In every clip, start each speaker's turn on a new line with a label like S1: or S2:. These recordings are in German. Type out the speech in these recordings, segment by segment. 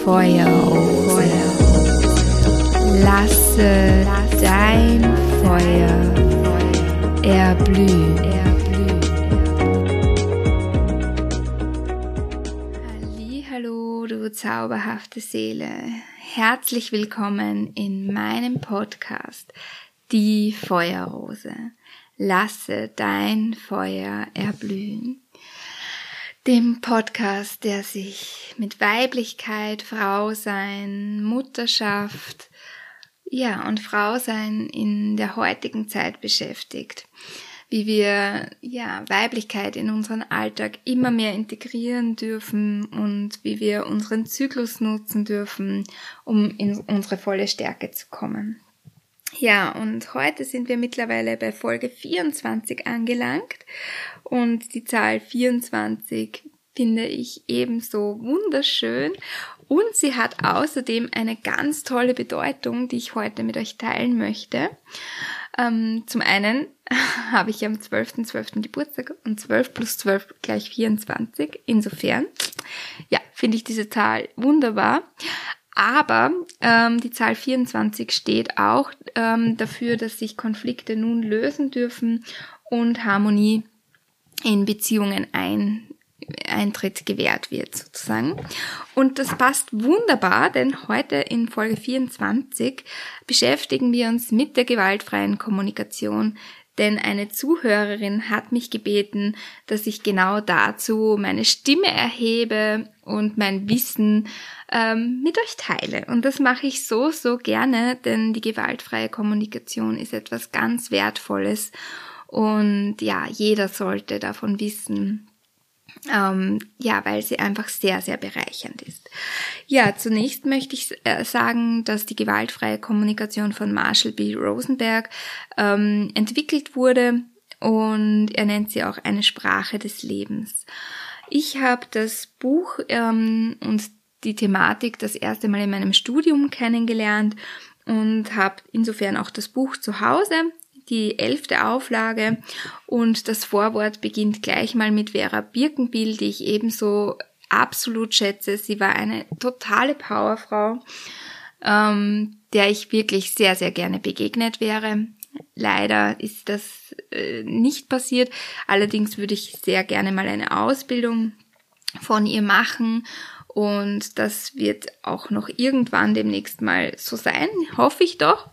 S1: Feuerrose. Lasse dein Feuer erblühen. Hallihallo, du zauberhafte Seele. Herzlich willkommen in meinem Podcast, die Feuerrose. Lasse dein Feuer erblühen. Dem Podcast, der sich mit Weiblichkeit, Frausein, Mutterschaft, und Frausein in der heutigen Zeit beschäftigt. Wie wir, Weiblichkeit in unseren Alltag immer mehr integrieren dürfen und wie wir unseren Zyklus nutzen dürfen, um in unsere volle Stärke zu kommen. Ja, und heute sind wir mittlerweile bei Folge 24 angelangt und die Zahl 24 finde ich ebenso wunderschön und sie hat außerdem eine ganz tolle Bedeutung, die ich heute mit euch teilen möchte. Zum einen habe ich am 12.12. Geburtstag und 12 plus 12 gleich 24. Insofern, finde ich diese Zahl wunderbar. Aber die Zahl 24 steht auch dafür, dass sich Konflikte nun lösen dürfen und Harmonie in Beziehungen Eintritt gewährt wird sozusagen. Und das passt wunderbar, denn heute in Folge 24 beschäftigen wir uns mit der gewaltfreien Kommunikation. Denn eine Zuhörerin hat mich gebeten, dass ich genau dazu meine Stimme erhebe und mein Wissen mit euch teile. Und das mache ich so gerne, denn die gewaltfreie Kommunikation ist etwas ganz Wertvolles. Und jeder sollte davon wissen, weil sie einfach sehr, sehr bereichernd ist. Ja, zunächst möchte ich sagen, dass die gewaltfreie Kommunikation von Marshall B. Rosenberg entwickelt wurde und er nennt sie auch eine Sprache des Lebens. Ich habe das Buch und die Thematik das erste Mal in meinem Studium kennengelernt und habe insofern auch das Buch zu Hause, die 11. Auflage, und das Vorwort beginnt gleich mal mit Vera Birkenbiel, die ich ebenso absolut schätze. Sie war eine totale Powerfrau, der ich wirklich sehr, sehr gerne begegnet wäre. Leider ist das nicht passiert. Allerdings würde ich sehr gerne mal eine Ausbildung von ihr machen und das wird auch noch irgendwann demnächst mal so sein, hoffe ich doch.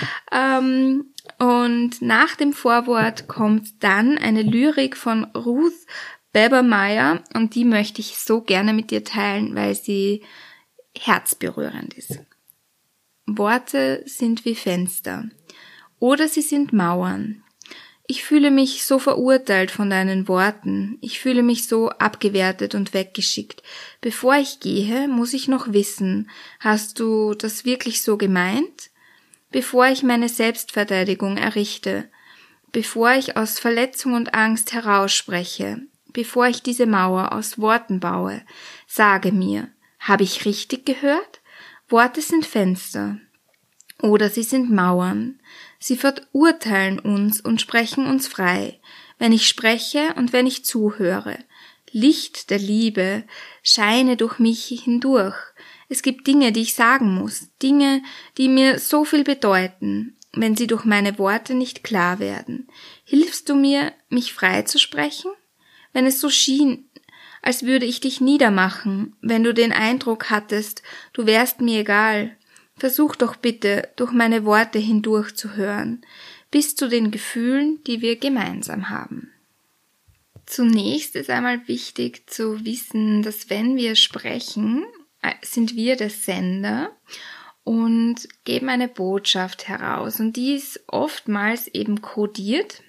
S1: Und nach dem Vorwort kommt dann eine Lyrik von Ruth Baber-Meyer und die möchte ich so gerne mit dir teilen, weil sie herzberührend ist. Worte sind wie Fenster oder sie sind Mauern. Ich fühle mich so verurteilt von deinen Worten. Ich fühle mich so abgewertet und weggeschickt. Bevor ich gehe, muss ich noch wissen, hast du das wirklich so gemeint? Bevor ich meine Selbstverteidigung errichte, bevor ich aus Verletzung und Angst herausspreche, bevor ich diese Mauer aus Worten baue, sage mir, habe ich richtig gehört? Worte sind Fenster oder sie sind Mauern. Sie verurteilen uns und sprechen uns frei, wenn ich spreche und wenn ich zuhöre. Licht der Liebe scheine durch mich hindurch. Es gibt Dinge, die ich sagen muss, Dinge, die mir so viel bedeuten, wenn sie durch meine Worte nicht klar werden. Hilfst du mir, mich frei zu sprechen? Wenn es so schien, als würde ich dich niedermachen, wenn du den Eindruck hattest, du wärst mir egal, versuch doch bitte, durch meine Worte hindurch zu hören, bis zu den Gefühlen, die wir gemeinsam haben. Zunächst ist einmal wichtig zu wissen, dass wenn wir sprechen, sind wir der Sender und geben eine Botschaft heraus. Und die ist oftmals eben kodiert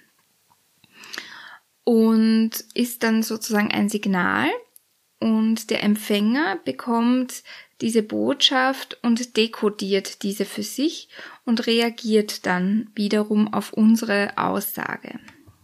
S1: und ist dann sozusagen ein Signal. Und der Empfänger bekommt diese Botschaft und dekodiert diese für sich und reagiert dann wiederum auf unsere Aussage.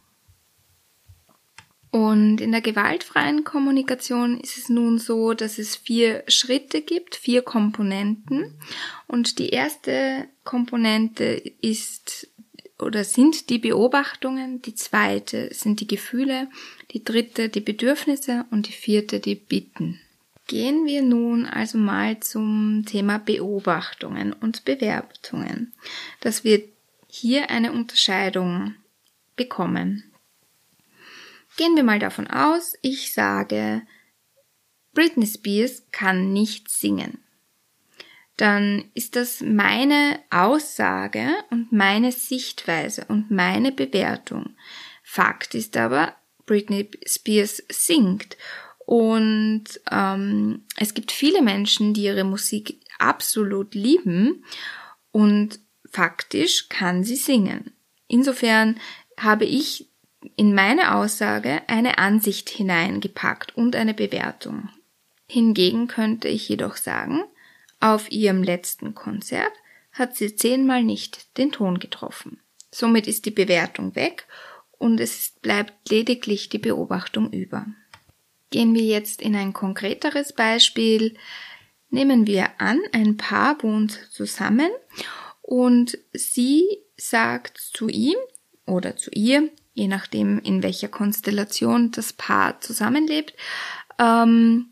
S1: Und in der gewaltfreien Kommunikation ist es nun so, dass es 4 Schritte gibt, 4 Komponenten. Und die erste Komponente ist oder sind die Beobachtungen, die zweite sind die Gefühle, die dritte die Bedürfnisse und die vierte die Bitten. Gehen wir nun also mal zum Thema Beobachtungen und Bewertungen, dass wir hier eine Unterscheidung bekommen. Gehen wir mal davon aus, ich sage, Britney Spears kann nicht singen. Dann ist das meine Aussage und meine Sichtweise und meine Bewertung. Fakt ist aber, Britney Spears singt. Und es gibt viele Menschen, die ihre Musik absolut lieben und faktisch kann sie singen. Insofern habe ich in meine Aussage eine Ansicht hineingepackt und eine Bewertung. Hingegen könnte ich jedoch sagen, auf ihrem letzten Konzert hat sie 10-mal nicht den Ton getroffen. Somit ist die Bewertung weg und es bleibt lediglich die Beobachtung über. Gehen wir jetzt in ein konkreteres Beispiel. Nehmen wir an, ein Paar wohnt zusammen und sie sagt zu ihm oder zu ihr, je nachdem in welcher Konstellation das Paar zusammenlebt, du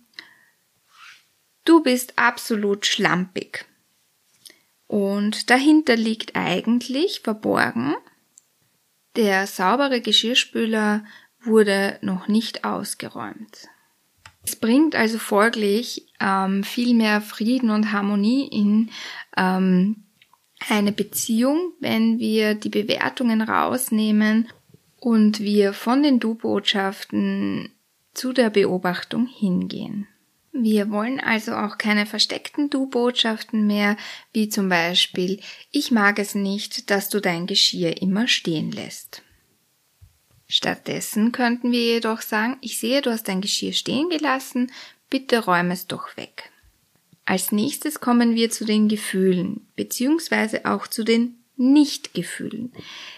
S1: bist absolut schlampig. Und dahinter liegt eigentlich verborgen, der saubere Geschirrspüler wurde noch nicht ausgeräumt. Es bringt also folglich viel mehr Frieden und Harmonie in eine Beziehung, wenn wir die Bewertungen rausnehmen und wir von den Du-Botschaften zu der Beobachtung hingehen. Wir wollen also auch keine versteckten Du-Botschaften mehr, wie zum Beispiel, ich mag es nicht, dass du dein Geschirr immer stehen lässt. Stattdessen könnten wir jedoch sagen, ich sehe, du hast dein Geschirr stehen gelassen, bitte räum es doch weg. Als nächstes kommen wir zu den Gefühlen, beziehungsweise auch zu den Nicht-Gefühlen.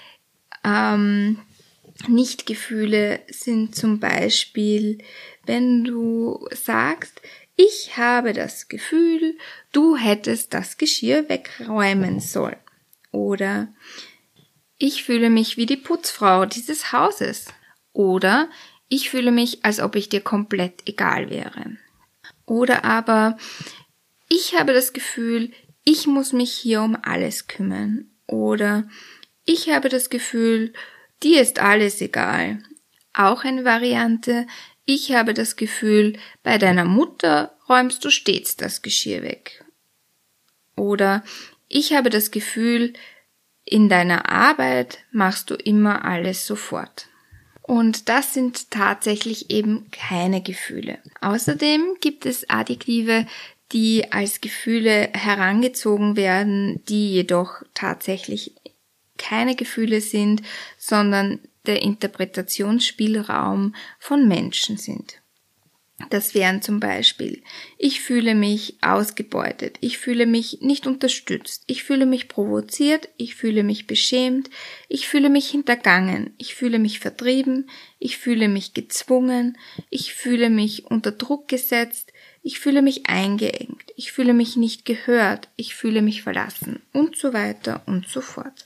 S1: Nicht-Gefühle sind zum Beispiel, wenn du sagst, ich habe das Gefühl, du hättest das Geschirr wegräumen sollen. Oder ich fühle mich wie die Putzfrau dieses Hauses. Oder ich fühle mich, als ob ich dir komplett egal wäre. Oder aber ich habe das Gefühl, ich muss mich hier um alles kümmern. Oder ich habe das Gefühl, dir ist alles egal. Auch eine Variante, ich habe das Gefühl, bei deiner Mutter räumst du stets das Geschirr weg. Oder ich habe das Gefühl, in deiner Arbeit machst du immer alles sofort. Und das sind tatsächlich eben keine Gefühle. Außerdem gibt es Adjektive, die als Gefühle herangezogen werden, die jedoch tatsächlich keine Gefühle sind, sondern der Interpretationsspielraum von Menschen sind. Das wären zum Beispiel, ich fühle mich ausgebeutet, ich fühle mich nicht unterstützt, ich fühle mich provoziert, ich fühle mich beschämt, ich fühle mich hintergangen, ich fühle mich vertrieben, ich fühle mich gezwungen, ich fühle mich unter Druck gesetzt, ich fühle mich eingeengt, ich fühle mich nicht gehört, ich fühle mich verlassen und so weiter und so fort.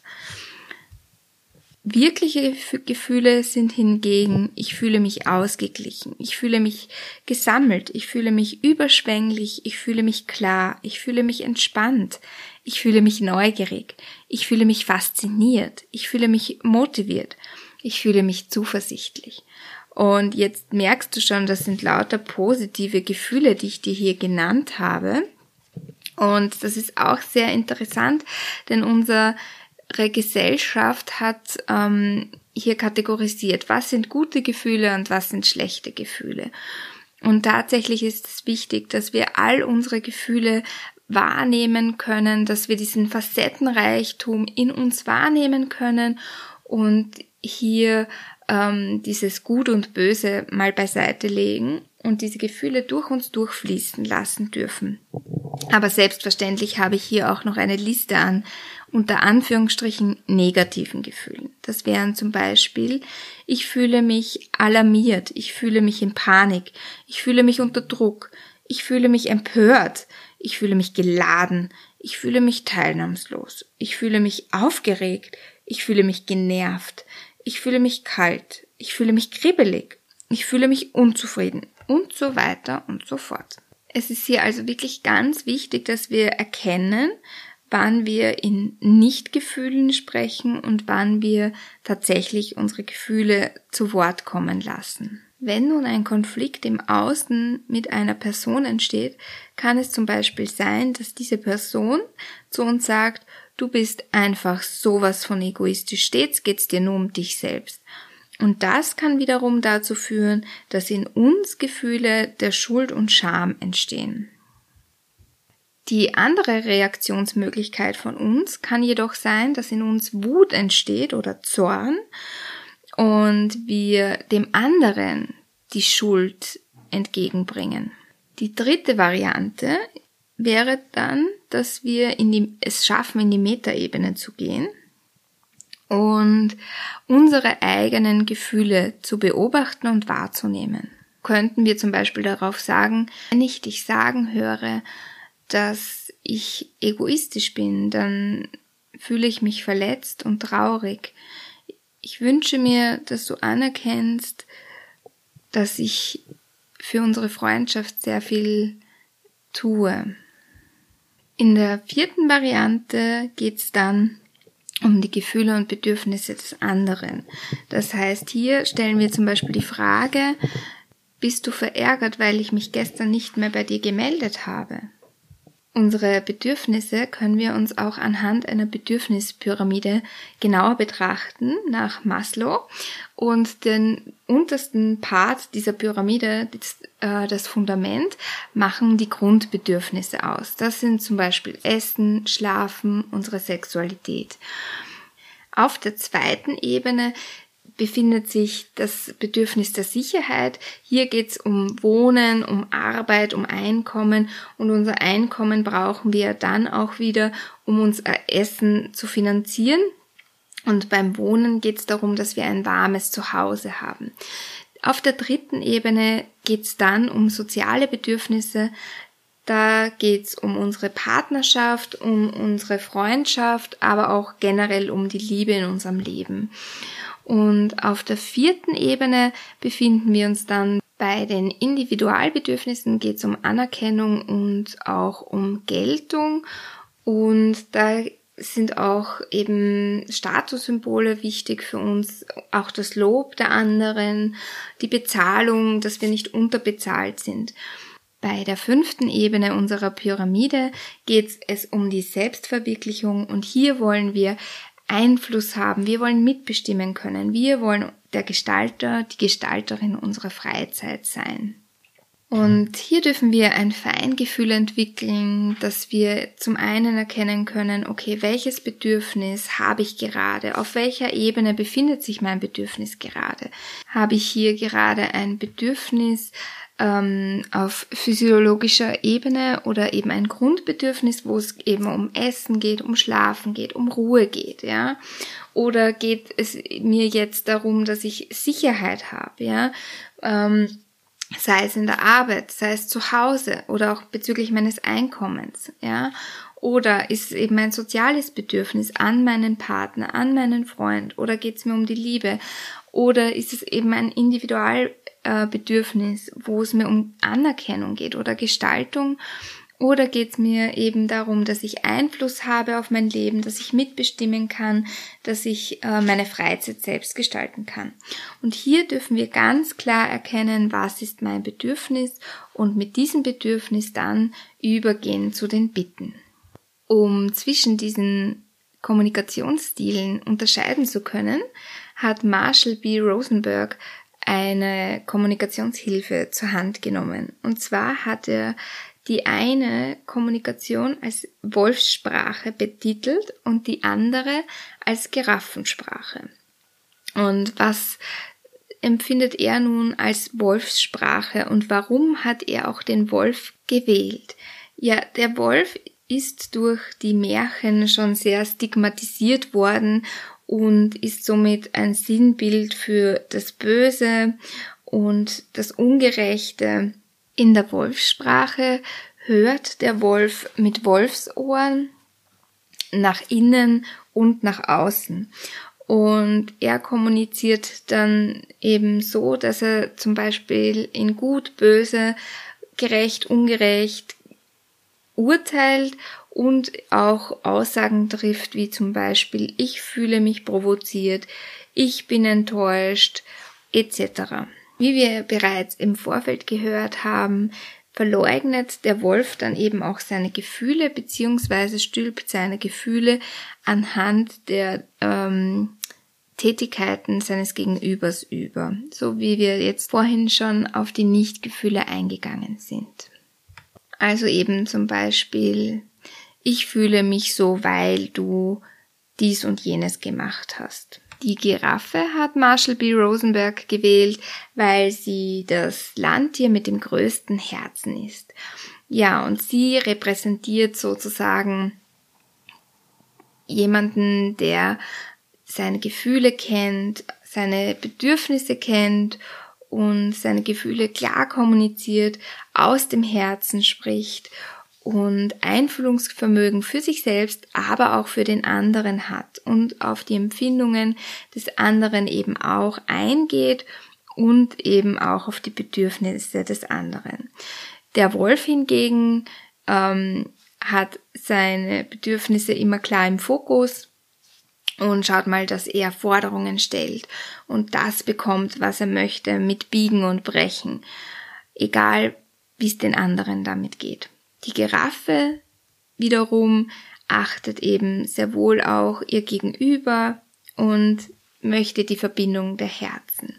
S1: Wirkliche Gefühle sind hingegen, ich fühle mich ausgeglichen, ich fühle mich gesammelt, ich fühle mich überschwänglich, ich fühle mich klar, ich fühle mich entspannt, ich fühle mich neugierig, ich fühle mich fasziniert, ich fühle mich motiviert, ich fühle mich zuversichtlich. Und jetzt merkst du schon, das sind lauter positive Gefühle, die ich dir hier genannt habe. Und das ist auch sehr interessant, denn unsere Gesellschaft hat hier kategorisiert, was sind gute Gefühle und was sind schlechte Gefühle. Und tatsächlich ist es wichtig, dass wir all unsere Gefühle wahrnehmen können, dass wir diesen Facettenreichtum in uns wahrnehmen können und hier dieses Gut und Böse mal beiseite legen und diese Gefühle durch uns durchfließen lassen dürfen. Aber selbstverständlich habe ich hier auch noch eine Liste an unter Anführungsstrichen negativen Gefühlen. Das wären zum Beispiel, ich fühle mich alarmiert, ich fühle mich in Panik, ich fühle mich unter Druck, ich fühle mich empört, ich fühle mich geladen, ich fühle mich teilnahmslos, ich fühle mich aufgeregt, ich fühle mich genervt, ich fühle mich kalt, ich fühle mich kribbelig, ich fühle mich unzufrieden und so weiter und so fort. Es ist hier also wirklich ganz wichtig, dass wir erkennen, wann wir in Nicht-Gefühlen sprechen und wann wir tatsächlich unsere Gefühle zu Wort kommen lassen. Wenn nun ein Konflikt im Außen mit einer Person entsteht, kann es zum Beispiel sein, dass diese Person zu uns sagt, du bist einfach sowas von egoistisch, stets geht's dir nur um dich selbst. Und das kann wiederum dazu führen, dass in uns Gefühle der Schuld und Scham entstehen. Die andere Reaktionsmöglichkeit von uns kann jedoch sein, dass in uns Wut entsteht oder Zorn und wir dem anderen die Schuld entgegenbringen. Die dritte Variante wäre dann, dass wir es schaffen, in die Metaebene zu gehen und unsere eigenen Gefühle zu beobachten und wahrzunehmen. Könnten wir zum Beispiel darauf sagen, wenn ich dich sagen höre, dass ich egoistisch bin, dann fühle ich mich verletzt und traurig. Ich wünsche mir, dass du anerkennst, dass ich für unsere Freundschaft sehr viel tue. In der vierten Variante geht es dann um die Gefühle und Bedürfnisse des anderen. Das heißt, hier stellen wir zum Beispiel die Frage, bist du verärgert, weil ich mich gestern nicht mehr bei dir gemeldet habe? Unsere Bedürfnisse können wir uns auch anhand einer Bedürfnispyramide genauer betrachten, nach Maslow. Und den untersten Part dieser Pyramide, das Fundament, machen die Grundbedürfnisse aus. Das sind zum Beispiel Essen, Schlafen, unsere Sexualität. Auf der zweiten Ebene befindet sich das Bedürfnis der Sicherheit. Hier geht es um Wohnen, um Arbeit, um Einkommen und unser Einkommen brauchen wir dann auch wieder, um unser Essen zu finanzieren. Und beim Wohnen geht es darum, dass wir ein warmes Zuhause haben. Auf der dritten Ebene geht es dann um soziale Bedürfnisse. Da geht es um unsere Partnerschaft, um unsere Freundschaft, aber auch generell um die Liebe in unserem Leben. Und auf der vierten Ebene befinden wir uns dann bei den Individualbedürfnissen, geht es um Anerkennung und auch um Geltung. Und da sind auch eben Statussymbole wichtig für uns, auch das Lob der anderen, die Bezahlung, dass wir nicht unterbezahlt sind. Bei der fünften Ebene unserer Pyramide geht es um die Selbstverwirklichung und hier wollen wir Einfluss haben, wir wollen mitbestimmen können, wir wollen der Gestalter, die Gestalterin unserer Freizeit sein. Und hier dürfen wir ein Feingefühl entwickeln, dass wir zum einen erkennen können, okay, welches Bedürfnis habe ich gerade, auf welcher Ebene befindet sich mein Bedürfnis gerade? Habe ich hier gerade ein Bedürfnis auf physiologischer Ebene oder eben ein Grundbedürfnis, wo es eben um Essen geht, um Schlafen geht, um Ruhe geht, ja? Oder geht es mir jetzt darum, dass ich Sicherheit habe, ja? Sei es in der Arbeit, sei es zu Hause oder auch bezüglich meines Einkommens, ja? Oder ist es eben ein soziales Bedürfnis an meinen Partner, an meinen Freund oder geht es mir um die Liebe? Oder ist es eben ein Individualbedürfnis, wo es mir um Anerkennung geht oder Gestaltung? Oder geht es mir eben darum, dass ich Einfluss habe auf mein Leben, dass ich mitbestimmen kann, dass ich meine Freizeit selbst gestalten kann? Und hier dürfen wir ganz klar erkennen, was ist mein Bedürfnis und mit diesem Bedürfnis dann übergehen zu den Bitten. Um zwischen diesen Kommunikationsstilen unterscheiden zu können, hat Marshall B. Rosenberg eine Kommunikationshilfe zur Hand genommen. Und zwar hat er die eine Kommunikation als Wolfssprache betitelt und die andere als Giraffensprache. Und was empfindet er nun als Wolfssprache und warum hat er auch den Wolf gewählt? Ja, der Wolf ist durch die Märchen schon sehr stigmatisiert worden und ist somit ein Sinnbild für das Böse und das Ungerechte. In der Wolfssprache hört der Wolf mit Wolfsohren nach innen und nach außen. Und er kommuniziert dann eben so, dass er zum Beispiel in Gut, Böse gerecht, ungerecht urteilt und auch Aussagen trifft, wie zum Beispiel, ich fühle mich provoziert, ich bin enttäuscht, etc. Wie wir bereits im Vorfeld gehört haben, verleugnet der Wolf dann eben auch seine Gefühle bzw. stülpt seine Gefühle anhand der Tätigkeiten seines Gegenübers über, so wie wir jetzt vorhin schon auf die Nichtgefühle eingegangen sind. Also eben zum Beispiel, ich fühle mich so, weil du dies und jenes gemacht hast. Die Giraffe hat Marshall B. Rosenberg gewählt, weil sie das Landtier mit dem größten Herzen ist. Ja, und sie repräsentiert sozusagen jemanden, der seine Gefühle kennt, seine Bedürfnisse kennt und seine Gefühle klar kommuniziert, aus dem Herzen spricht und Einfühlungsvermögen für sich selbst, aber auch für den anderen hat und auf die Empfindungen des anderen eben auch eingeht und eben auch auf die Bedürfnisse des anderen. Der Wolf hingegen hat seine Bedürfnisse immer klar im Fokus und schaut mal, dass er Forderungen stellt und das bekommt, was er möchte, mit Biegen und Brechen, egal wie es den anderen damit geht. Die Giraffe wiederum achtet eben sehr wohl auch ihr Gegenüber und möchte die Verbindung der Herzen.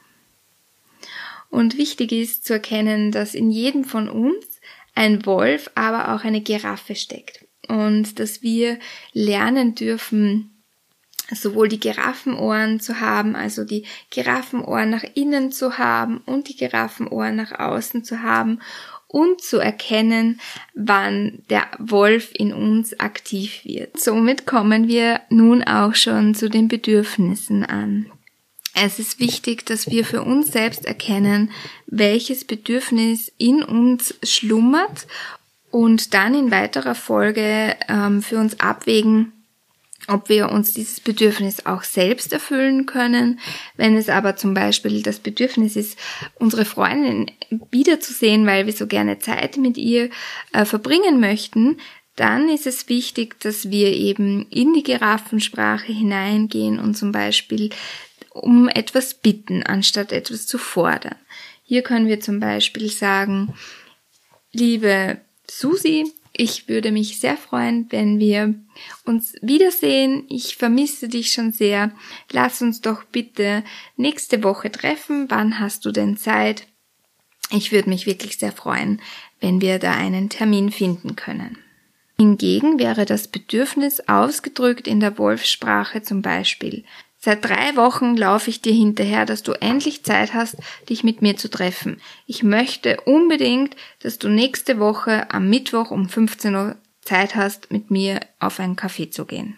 S1: Und wichtig ist zu erkennen, dass in jedem von uns ein Wolf, aber auch eine Giraffe steckt und dass wir lernen dürfen, sowohl die Giraffenohren zu haben, also die Giraffenohren nach innen zu haben und die Giraffenohren nach außen zu haben und zu erkennen, wann der Wolf in uns aktiv wird. Somit kommen wir nun auch schon zu den Bedürfnissen an. Es ist wichtig, dass wir für uns selbst erkennen, welches Bedürfnis in uns schlummert und dann in weiterer Folge für uns abwägen, ob wir uns dieses Bedürfnis auch selbst erfüllen können. Wenn es aber zum Beispiel das Bedürfnis ist, unsere Freundin wiederzusehen, weil wir so gerne Zeit mit ihr verbringen möchten, dann ist es wichtig, dass wir eben in die Giraffensprache hineingehen und zum Beispiel um etwas bitten, anstatt etwas zu fordern. Hier können wir zum Beispiel sagen, liebe Susi, ich würde mich sehr freuen, wenn wir uns wiedersehen. Ich vermisse dich schon sehr. Lass uns doch bitte nächste Woche treffen. Wann hast du denn Zeit? Ich würde mich wirklich sehr freuen, wenn wir da einen Termin finden können. Hingegen wäre das Bedürfnis ausgedrückt in der Wolfssprache zum Beispiel: Seit 3 Wochen laufe ich dir hinterher, dass du endlich Zeit hast, dich mit mir zu treffen. Ich möchte unbedingt, dass du nächste Woche am Mittwoch um 15 Uhr Zeit hast, mit mir auf einen Kaffee zu gehen.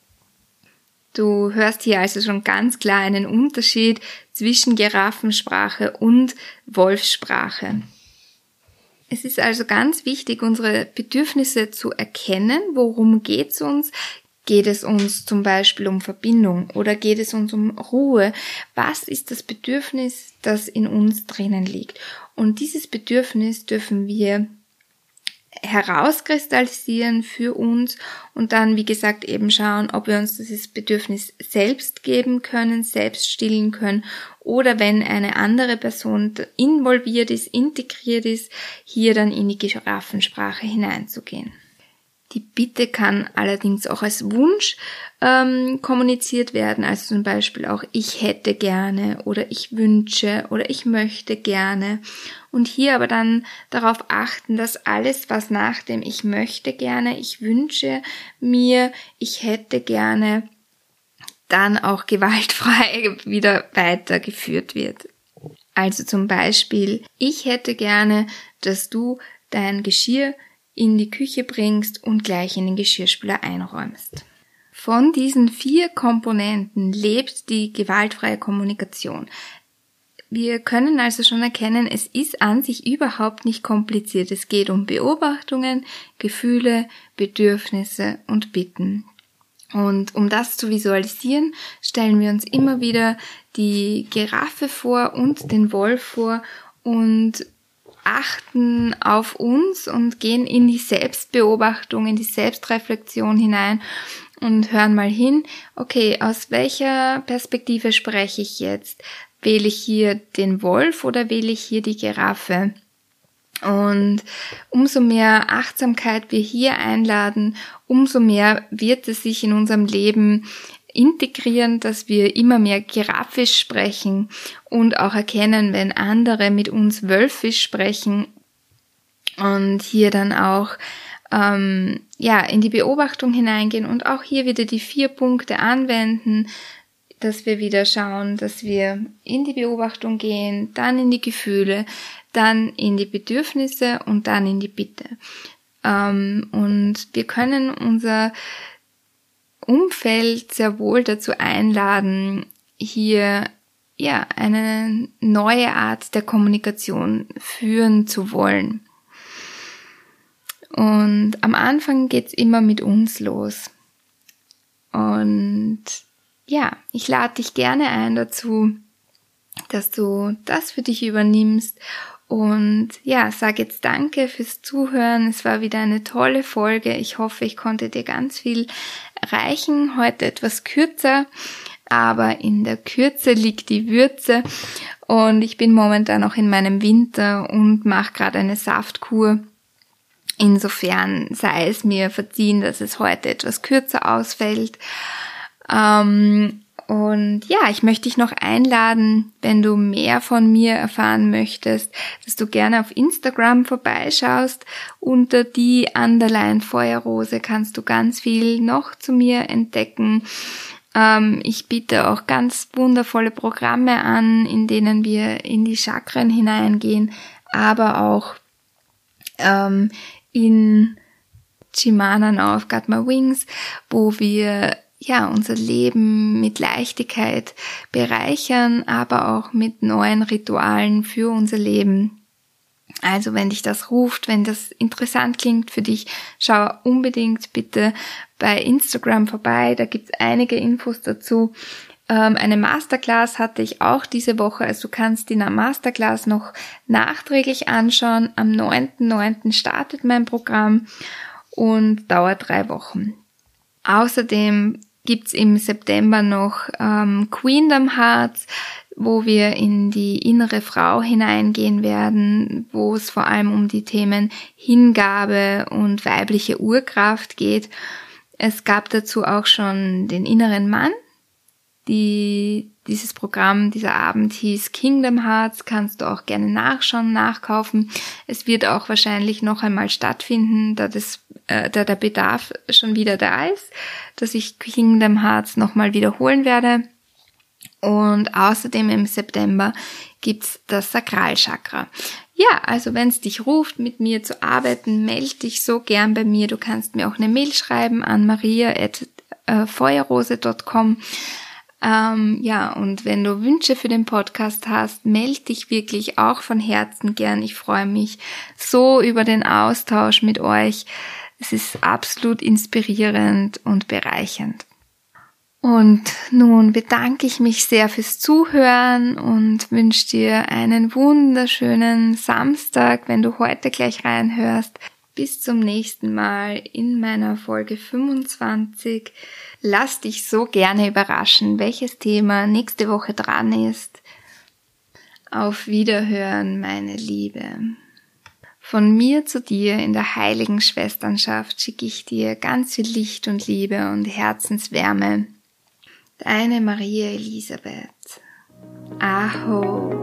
S1: Du hörst hier also schon ganz klar einen Unterschied zwischen Giraffensprache und Wolfssprache. Es ist also ganz wichtig, unsere Bedürfnisse zu erkennen. Worum geht's uns? Geht es uns zum Beispiel um Verbindung oder geht es uns um Ruhe? Was ist das Bedürfnis, das in uns drinnen liegt? Und dieses Bedürfnis dürfen wir herauskristallisieren für uns und dann, wie gesagt, eben schauen, ob wir uns dieses Bedürfnis selbst geben können, selbst stillen können oder wenn eine andere Person involviert ist, integriert ist, hier dann in die Giraffensprache hineinzugehen. Die Bitte kann allerdings auch als Wunsch kommuniziert werden, also zum Beispiel auch ich hätte gerne oder ich wünsche oder ich möchte gerne. Und hier aber dann darauf achten, dass alles, was nach dem ich möchte gerne, ich wünsche mir, ich hätte gerne, dann auch gewaltfrei wieder weitergeführt wird. Also zum Beispiel, ich hätte gerne, dass du dein Geschirr in die Küche bringst und gleich in den Geschirrspüler einräumst. Von diesen 4 Komponenten lebt die gewaltfreie Kommunikation. Wir können also schon erkennen, es ist an sich überhaupt nicht kompliziert. Es geht um Beobachtungen, Gefühle, Bedürfnisse und Bitten. Und um das zu visualisieren, stellen wir uns immer wieder die Giraffe vor und den Wolf vor und achten auf uns und gehen in die Selbstbeobachtung, in die Selbstreflexion hinein und hören mal hin, okay, aus welcher Perspektive spreche ich jetzt? Wähle ich hier den Wolf oder wähle ich hier die Giraffe? Und umso mehr Achtsamkeit wir hier einladen, umso mehr wird es sich in unserem Leben integrieren, dass wir immer mehr giraffisch sprechen und auch erkennen, wenn andere mit uns wölfisch sprechen und hier dann auch in die Beobachtung hineingehen und auch hier wieder die 4 Punkte anwenden, dass wir wieder schauen, dass wir in die Beobachtung gehen, dann in die Gefühle, dann in die Bedürfnisse und dann in die Bitte. Und wir können unser Umfeld sehr wohl dazu einladen, hier eine neue Art der Kommunikation führen zu wollen. Und am Anfang geht's immer mit uns los. Und ich lade dich gerne ein dazu, dass du das für dich übernimmst. Und sag jetzt Danke fürs Zuhören. Es war wieder eine tolle Folge. Ich hoffe, ich konnte dir ganz viel reichen. Heute etwas kürzer, aber in der Kürze liegt die Würze. Und ich bin momentan noch in meinem Winter und mache gerade eine Saftkur. Insofern sei es mir verziehen, dass es heute etwas kürzer ausfällt. Und ich möchte dich noch einladen, wenn du mehr von mir erfahren möchtest, dass du gerne auf Instagram vorbeischaust. Unter _Feuerrose kannst du ganz viel noch zu mir entdecken. Ich biete auch ganz wundervolle Programme an, in denen wir in die Chakren hineingehen, aber auch in Chimana Now I've Got My Wings, wo wir unser Leben mit Leichtigkeit bereichern, aber auch mit neuen Ritualen für unser Leben. Also wenn dich das ruft, wenn das interessant klingt für dich, schau unbedingt bitte bei Instagram vorbei, da gibt's einige Infos dazu. Eine Masterclass hatte ich auch diese Woche, also du kannst die Masterclass noch nachträglich anschauen. Am 9.9. startet mein Programm und dauert 3 Wochen. Außerdem gibt's im September noch Queendom Hearts, wo wir in die innere Frau hineingehen werden, wo es vor allem um die Themen Hingabe und weibliche Urkraft geht. Es gab dazu auch schon den inneren Mann. Dieses Programm, dieser Abend hieß Kingdom Hearts, kannst du auch gerne nachschauen, nachkaufen. Es wird auch wahrscheinlich noch einmal stattfinden, da der Bedarf schon wieder da ist, dass ich Kingdom Hearts nochmal wiederholen werde. Und außerdem im September gibt's das Sakralchakra. Also wenn es dich ruft, mit mir zu arbeiten, melde dich so gern bei mir. Du kannst mir auch eine Mail schreiben an maria@feuerrose.com. Und wenn du Wünsche für den Podcast hast, melde dich wirklich auch von Herzen gern. Ich freue mich so über den Austausch mit euch. Es ist absolut inspirierend und bereichernd. Und nun bedanke ich mich sehr fürs Zuhören und wünsche dir einen wunderschönen Samstag, wenn du heute gleich reinhörst. Bis zum nächsten Mal in meiner Folge 25. Lass dich so gerne überraschen, welches Thema nächste Woche dran ist. Auf Wiederhören, meine Liebe. Von mir zu dir in der heiligen Schwesternschaft schicke ich dir ganz viel Licht und Liebe und Herzenswärme. Deine Maria Elisabeth. Aho.